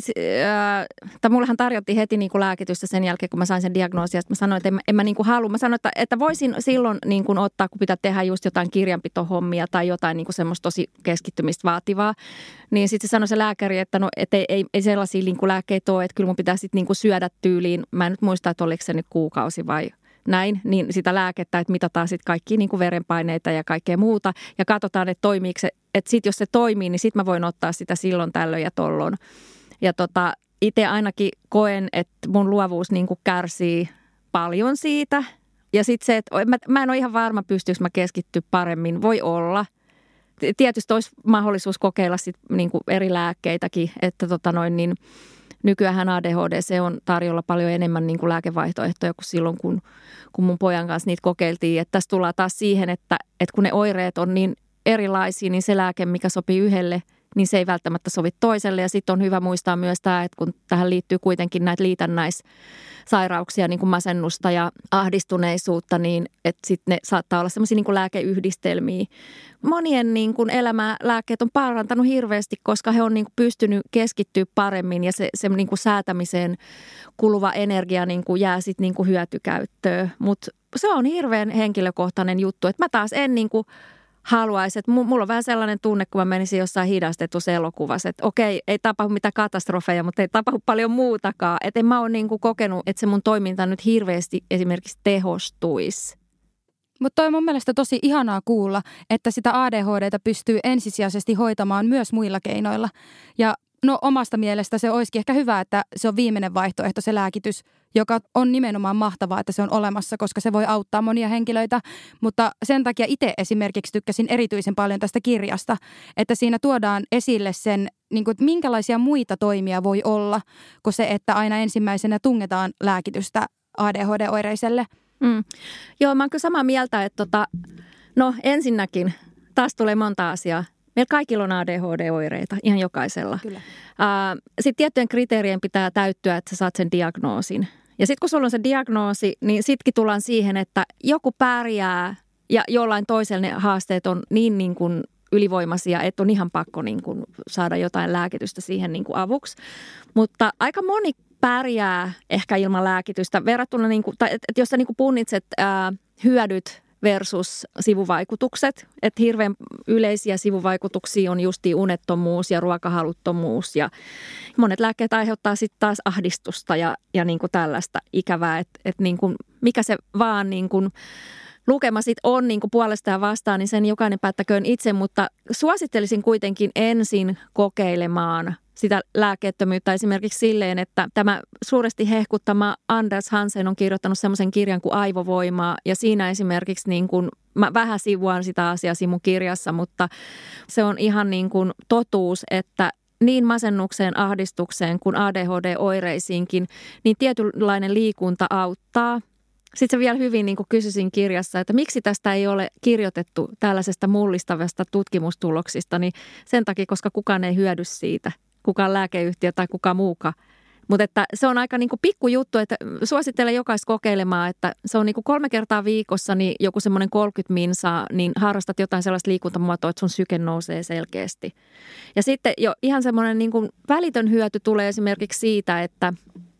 äh, tai mullehan tarjottiin heti niin kuin lääkitystä sen jälkeen, kun mä sain sen diagnoosin. Ja mä sanoin, että en, en mä niin kuin halua. Mä sanoin, että, että voisin silloin niin kuin ottaa, kun pitää tehdä just jotain kirjanpitohommia tai jotain niin kuin semmoista tosi keskittymistä vaativaa. Niin sitten se sanoi se lääkäri, että no, et ei, ei, ei sellaisia niin kuin lääkkeitä ole, että kyllä mun pitää sitten niin kuin syödä tyyliin. Mä en nyt muista, että oliko se nyt kuukausi vai näin, niin sitä lääkettä, että mitataan sitten kaikkia niin kuin verenpaineita ja kaikkea muuta ja katsotaan, että toimiiko se, että sitten jos se toimii, niin sitten mä voin ottaa sitä silloin tällöin ja tollon. Ja tota, itse ainakin koen, että mun luovuus niin kuin kärsii paljon siitä ja sitten se, että mä, mä en ole ihan varma, pystyykö mä keskittyä paremmin, voi olla. Tietysti olisi mahdollisuus kokeilla sit niin kuin eri lääkkeitäkin, että tota noin niin nykyään A D H D C on tarjolla paljon enemmän niin kuin lääkevaihtoehtoja kuin silloin, kun, kun mun pojan kanssa niitä kokeiltiin. Että tässä tullaan taas siihen, että, että kun ne oireet on niin erilaisia, niin se lääke, mikä sopii yhdelle, niin se ei välttämättä sovi toiselle. Ja sitten on hyvä muistaa myös tämä, että kun tähän liittyy kuitenkin näitä liitännäissairauksia, niin kuin masennusta ja ahdistuneisuutta, niin että sitten ne saattaa olla semmoisia niin kuin lääkeyhdistelmiä. Monien niin kuin elämälääkkeet on parantanut hirveästi, koska he on niin kuin pystynyt keskittyä paremmin ja se, se niin kuin säätämiseen kuluva energia niin kuin jää sitten niin kuin hyötykäyttöön. Mutta se on hirveän henkilökohtainen juttu, että mä taas en niin kuin haluaisi, että mulla on vähän sellainen tunne, kun mä menisin jossain hidastetussa elokuvassa, että okei, ei tapahdu mitään katastrofeja, mutta ei tapahdu paljon muutakaan. Että en mä ole niin kuin kokenut, että se mun toiminta nyt hirveästi esimerkiksi tehostuisi. Mutta toi on mun mielestä tosi ihanaa kuulla, että sitä A D H D:tä pystyy ensisijaisesti hoitamaan myös muilla keinoilla. Ja no omasta mielestä se olisikin ehkä hyvä, että se on viimeinen vaihtoehto se lääkitys, joka on nimenomaan mahtavaa, että se on olemassa, koska se voi auttaa monia henkilöitä. Mutta sen takia itse esimerkiksi tykkäsin erityisen paljon tästä kirjasta, että siinä tuodaan esille sen, niin kuin, että minkälaisia muita toimia voi olla, kuin se, että aina ensimmäisenä tungetaan lääkitystä A D H D-oireiselle. Mm. Joo, mä oon kyllä samaa mieltä, että tota, no ensinnäkin taas tulee monta asiaa. Meillä kaikilla on A D H D-oireita, ihan jokaisella. Uh, sitten tiettyjen kriteerien pitää täyttyä, että sä saat sen diagnoosin. Ja sitten kun sulla on se diagnoosi, niin sittenkin tullaan siihen, että joku pärjää ja jollain toisella ne haasteet on niin, niin kuin ylivoimaisia, että on ihan pakko niin kuin saada jotain lääkitystä siihen niin kuin avuksi. Mutta aika moni pärjää ehkä ilman lääkitystä verrattuna, niin kuin, tai että et jos sä niin kuin punnitset ää, hyödyt versus sivuvaikutukset, että hirveän yleisiä sivuvaikutuksia on justi unettomuus ja ruokahaluttomuus ja monet lääkkeet aiheuttaa sitten taas ahdistusta ja, ja niin kuin tällaista ikävää, että, että niin kuin mikä se vaan niin kuin lukema sitten on niin kuin puolesta ja vastaan, niin sen jokainen päättäköön itse, mutta suosittelisin kuitenkin ensin kokeilemaan sitä lääkkeettömyyttä esimerkiksi silleen, että tämä suuresti hehkuttama Anders Hansen on kirjoittanut semmoisen kirjan kuin Aivovoimaa ja siinä esimerkiksi niin kuin, mä vähän sivuan sitä asiaa siinä mun kirjassa, mutta se on ihan niin kuin totuus, että niin masennukseen, ahdistukseen kuin A D H D-oireisiinkin, niin tietynlainen liikunta auttaa. Sitten vielä hyvin niin kuin kysyisin kirjassa, että miksi tästä ei ole kirjoitettu tällaisesta mullistavasta tutkimustuloksista, niin sen takia, koska kukaan ei hyödy siitä, kukaan lääkeyhtiö tai kukaan muukaan. Mutta että se on aika niin kuin pikkujuttu, että suosittelen jokaista kokeilemaan, että se on niin kuin kolme kertaa viikossa, niin joku semmoinen kolmekymmentä minsaa, niin harrastat jotain sellaista liikuntamuotoa, että sun syke nousee selkeästi. Ja sitten jo ihan semmoinen niin kuin välitön hyöty tulee esimerkiksi siitä, että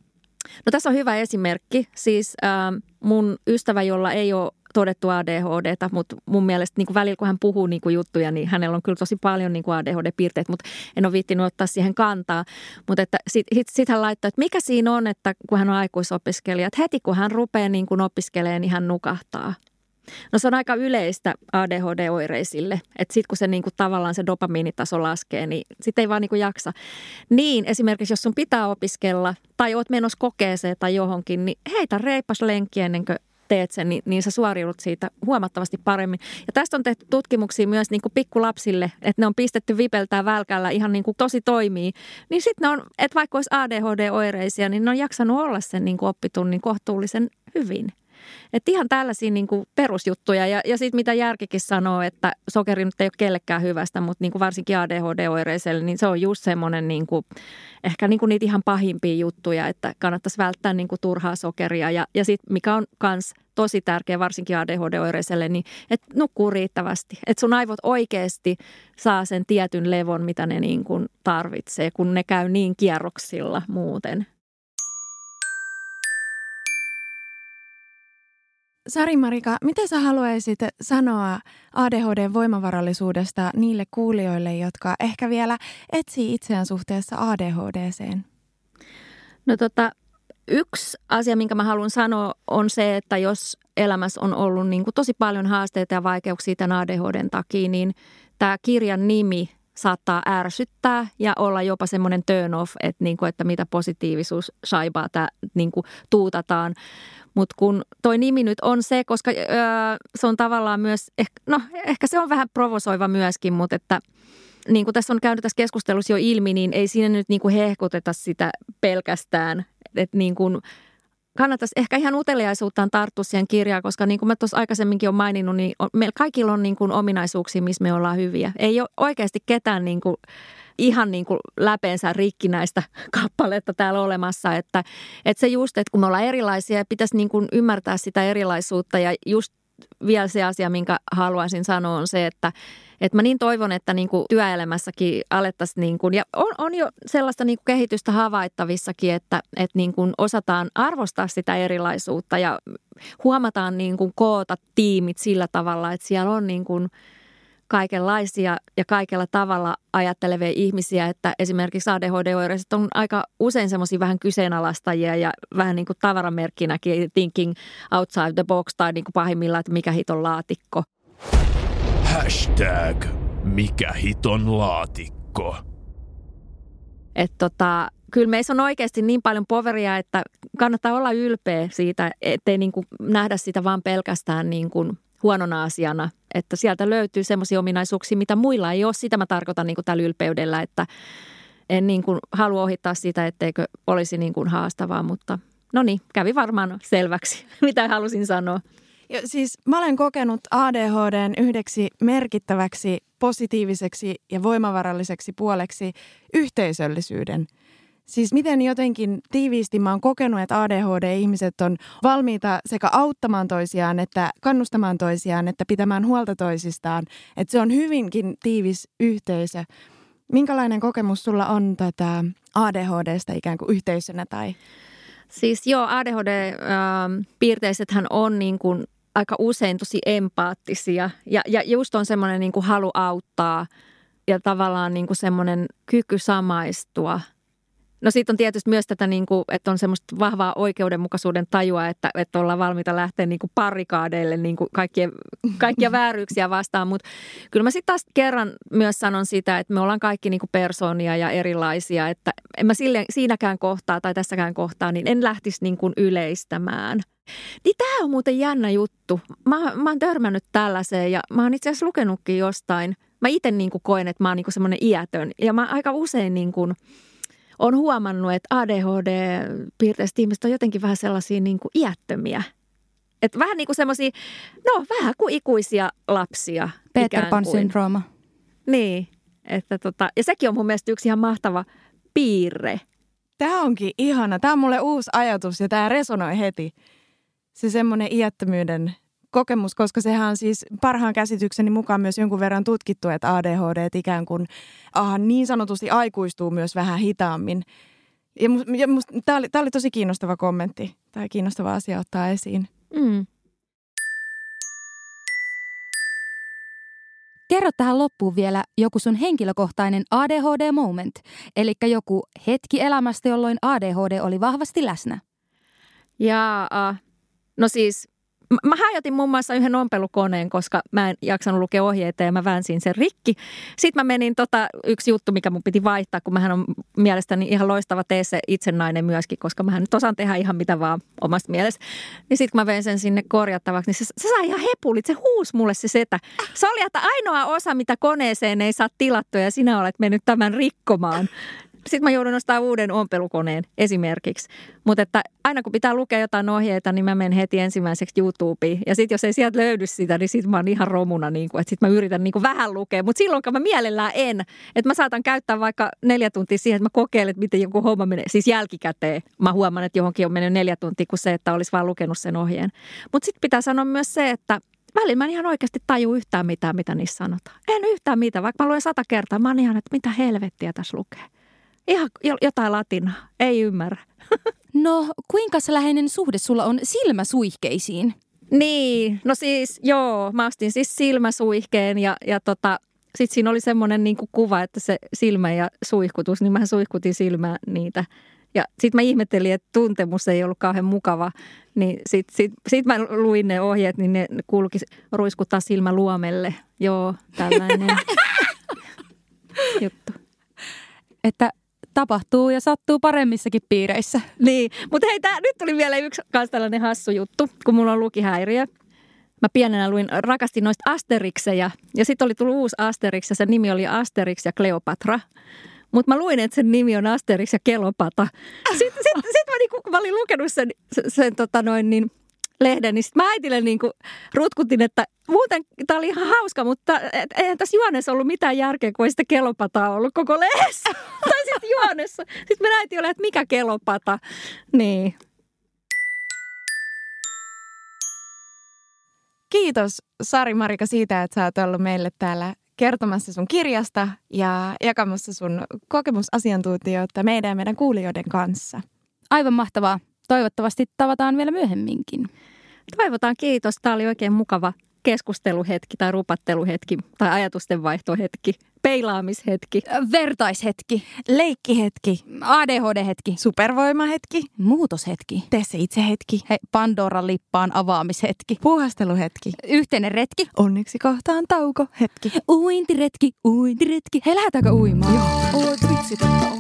no tässä on hyvä esimerkki. Siis äh, mun ystävä, jolla ei ole todettu A D H D:tä, mutta mun mielestä niin kuin välillä, kun hän puhuu niin kuin juttuja, niin hänellä on kyllä tosi paljon niin kuin A D H D-piirteitä, mutta en ole viittinyt ottaa siihen kantaa. Mutta sitten sit hän laittaa, että mikä siinä on, että kun hän on aikuisopiskelija, että heti kun hän rupeaa niin kuin opiskelemaan, niin hän nukahtaa. No se on aika yleistä A D H D-oireisille, että sitten kun se niinku tavallaan se dopamiinitaso laskee, niin sitten ei vaan niinku jaksa. Niin esimerkiksi jos sun pitää opiskella tai oot menossa kokeeseen tai johonkin, niin heitä reipas lenkki ennen kuin teet sen, niin, niin sä suoriudut siitä huomattavasti paremmin. Ja tästä on tehty tutkimuksia myös niinku pikkulapsille, että ne on pistetty vipeltää välkällä ihan niinku tosi toimii. Niin sitten ne on, että vaikka olisi A D H D-oireisia, niin ne on jaksanut olla sen niinku oppitunnin kohtuullisen hyvin. Että ihan tällaisia niin kuin perusjuttuja ja, ja sitten mitä järkikin sanoo, että sokeri nyt ei ole kellekään hyvästä, mutta niin kuin varsinkin A D H D-oireiselle, niin se on just semmoinen niin kuin, ehkä niin kuin niitä ihan pahimpia juttuja, että kannattaisi välttää niin kuin turhaa sokeria. Ja, ja sitten mikä on myös tosi tärkeä, varsinkin A D H D-oireiselle, niin että nukkuu riittävästi. Että sun aivot oikeasti saa sen tietyn levon, mitä ne niin kuin tarvitsee, kun ne käy niin kierroksilla muuten. Sari-Marika, mitä sä haluaisit sanoa A D H D-voimavarallisuudesta niille kuulijoille, jotka ehkä vielä etsii itseään suhteessa A D H D:seen? No tota, yksi asia, minkä mä haluan sanoa, on se, että jos elämässä on ollut niin kuin tosi paljon haasteita ja vaikeuksia tämän A D H D:n takia, niin tämä kirjan nimi saattaa ärsyttää ja olla jopa semmoinen turn off, että, niin kuin, että mitä positiivisuus saibaa tämä niin kuin tuutataan. Mutta kun toi nimi nyt on se, koska öö, se on tavallaan myös, eh, no ehkä se on vähän provosoiva myöskin, mutta että niin kuin tässä on käynyt tässä keskustelussa jo ilmi, niin ei siinä nyt niin kuin hehkuteta sitä pelkästään. Että niin kuin kannattaisi ehkä ihan uteliaisuuttaan tarttua siihen kirjaan, koska niin kuin mä tuossa aikaisemminkin olen maininnut, niin on, meillä kaikilla on niin kuin ominaisuuksia, missä me ollaan hyviä. Ei ole oikeasti ketään niin kuin ihan niin kuin läpeensä rikkinäistä kappaletta täällä olemassa, että, että se just, että kun me ollaan erilaisia, pitäisi niin kuin ymmärtää sitä erilaisuutta ja just vielä se asia, minkä haluaisin sanoa on se, että, että mä niin toivon, että niin kuin työelämässäkin alettaisiin, niin kuin, ja on, on jo sellaista niin kuin kehitystä havaittavissakin, että, että niin kuin osataan arvostaa sitä erilaisuutta ja huomataan niin kuin koota tiimit sillä tavalla, että siellä on niin kuin kaikenlaisia ja kaikella tavalla ajattelevia ihmisiä, että esimerkiksi A D H D-oireiset on aika usein semmoisia vähän kyseenalaistajia ja vähän niin kuin tavaramerkkinäkin thinking outside the box tai niin kuin pahimmillaan, että mikä hiton laatikko. Hashtag mikä hiton laatikko. Että tota, kyllä meissä on oikeasti niin paljon poveria, että kannattaa olla ylpeä siitä, ettei niin kuin nähdä sitä vaan pelkästään niin kuin huonona asiana, että sieltä löytyy semmoisia ominaisuuksia, mitä muilla ei ole. Sitä mä tarkoitan niin kuin tällä ylpeydellä, että en niin kuin halua ohittaa sitä, etteikö olisi niin kuin haastavaa, mutta no niin, kävi varmaan selväksi, mitä halusin sanoa. Ja siis mä olen kokenut A D H D:n yhdeksi merkittäväksi, positiiviseksi ja voimavaralliseksi puoleksi yhteisöllisyyden. Siis miten jotenkin tiiviisti mä oon kokenut, että A D H D-ihmiset on valmiita sekä auttamaan toisiaan, että kannustamaan toisiaan, että pitämään huolta toisistaan. Että se on hyvinkin tiivis yhteisö. Minkälainen kokemus sulla on tätä A D H D:stä ikään kuin yhteisönä? Tai? Siis joo, A D H D-piirteisethän on niin kuin aika usein tosi empaattisia ja, ja just on semmoinen niin kuin halu auttaa ja tavallaan niin kuin semmoinen kyky samaistua. No siitä on tietysti myös tätä, niin kuin, että on semmoista vahvaa oikeudenmukaisuuden tajua, että, että ollaan valmiita lähteä niin kuin barrikaadeille niin kuin kaikkia, kaikkia vääryyksiä vastaan. Mutta kyllä mä sitten taas kerran myös sanon sitä, että me ollaan kaikki niin kuin persoonia ja erilaisia. Että en mä sille, siinäkään kohtaa tai tässäkään kohtaa, niin en lähtisi niin kuin yleistämään. Niin tämä on muuten jännä juttu. Mä, mä oon törmännyt tällaiseen ja mä oon itse asiassa lukenutkin jostain. Mä itse niin kuin koen, että mä oon niin kuin semmoinen iätön ja mä aika usein niin kuin olen huomannut, että A D H D-piirteiset ihmiset on jotenkin vähän sellaisia niin kuin iättömiä. Että vähän niin kuin semmoisia, no vähän kuin ikuisia lapsia. Peter Pan-syndrooma. Niin, että tota, ja sekin on mun mielestä yksi ihan mahtava piirre. Tämä onkin ihana. Tämä on mulle uusi ajatus ja tämä resonoi heti. Se semmoinen iättömyyden kokemus, koska sehän on siis parhaan käsitykseni mukaan myös jonkun verran tutkittu, että A D H D ikään kuin aha, niin sanotusti aikuistuu myös vähän hitaammin. Ja musta, ja musta, tämä, oli, tämä oli tosi kiinnostava kommentti tai kiinnostava asia ottaa esiin. Mm. Kerro tähän loppuun vielä joku sun henkilökohtainen A D H D-moment, eli joku hetki elämästä, jolloin A D H D oli vahvasti läsnä. Jaa, no siis mä hajotin muun muassa yhden ompelukoneen, koska mä en jaksanut lukea ohjeita ja mä väänsin sen rikki. Sitten mä menin, tota, yksi juttu, mikä mun piti vaihtaa, kun mähän on mielestäni ihan loistava tee se itsenainen myöskin, koska mähän nyt osaan tehdä ihan mitä vaan omasta mielestä. Niin sitten kun mä vein sen sinne korjattavaksi, niin se, se sai ihan hepulit, se huusi mulle se setä. Se oli, että ainoa osa, mitä koneeseen ei saa tilattua ja sinä olet mennyt tämän rikkomaan. sitten mä joudun nostamaan uuden ompelukoneen esimerkiksi. Mutta että aina kun pitää lukea jotain ohjeita, niin mä menen heti ensimmäiseksi YouTubeen. Ja sitten jos ei sieltä löydy sitä, niin sitten mä oon ihan romuna, niin kuin, että sitten mä yritän niin kuin vähän lukea. Mutta silloinkaan mä mielellään en. Että mä saatan käyttää vaikka neljä tuntia siihen, että mä kokeilen, että miten joku homma menee. Siis jälkikäteen mä huomaan, että johonkin on mennyt neljä tuntia kuin se, että olisi vaan lukenut sen ohjeen. Mutta sitten pitää sanoa myös se, että välillä mä en ihan oikeasti taju yhtään mitään, mitä niissä sanotaan. En yhtään mitään, vaikka mä luen sata kertaa. Mä oon ihan, että mitä helvettiä tässä lukee. Ihan jotain latinaa. Ei ymmärrä. No, kuinka läheinen suhde sulla on silmäsuihkeisiin? Niin, no siis joo, mä ostin siis silmäsuihkeen ja, ja tota, sitten siinä oli semmoinen niinku kuva, että se silmä ja suihkutus, niin mähän suihkutin silmää niitä. Ja sitten mä ihmettelin, että tuntemus ei ollut kauhean mukava, niin sitten sit, sit mä luin ne ohjeet, niin ne kuuluikin ruiskuttaa silmä luomelle. Joo, tällainen juttu. Että tapahtuu ja sattuu paremmissakin piireissä. Niin, mutta hei, tää, nyt tuli vielä yksi kanssa tällainen hassu juttu, kun mulla on lukihäiriö. Mä pienenä luin, rakastin noista Asterixejä ja sitten oli tullut uusi Asterix ja sen nimi oli Asterix ja Kleopatra. Mutta mä luin, että sen nimi on Asterix ja Kelopata. Sitten sit, sit mä, niinku, kun mä olin lukenut sen, sen, sen tota noin, niin, lehden, niin sitten mä äitille niinku rutkutin, että muuten tää oli ihan hauska, mutta et, eihän tässä juonessa ollut mitään järkeä, kun ei sitä Kelopataa ollut koko lehdessä. Tai sitten juonessa. Sitten mä äiti oli, että mikä Kelopata. Niin. Kiitos Sari-Marika siitä, että sä oot ollut meille täällä kertomassa sun kirjasta ja jakamassa sun kokemusasiantuntijoita meidän ja meidän kuulijoiden kanssa. Aivan mahtavaa. Toivottavasti tavataan vielä myöhemminkin. Toivotaan, kiitos. Tämä oli oikein mukava keskusteluhetki tai rupatteluhetki tai ajatustenvaihtohetki, peilaamishetki. Vertaishetki. Leikkihetki. A D H D-hetki. Supervoimahetki. Muutoshetki. Tee se itse hetki. Hei, Pandoran lippaan avaamishetki. Puuhasteluhetki. Yhteinen retki. Onneksi kohtaan tauko hetki. Uintiretki, uintiretki. Hei, lähdetäänkö uimaan? Joo. Oot vitsi, totta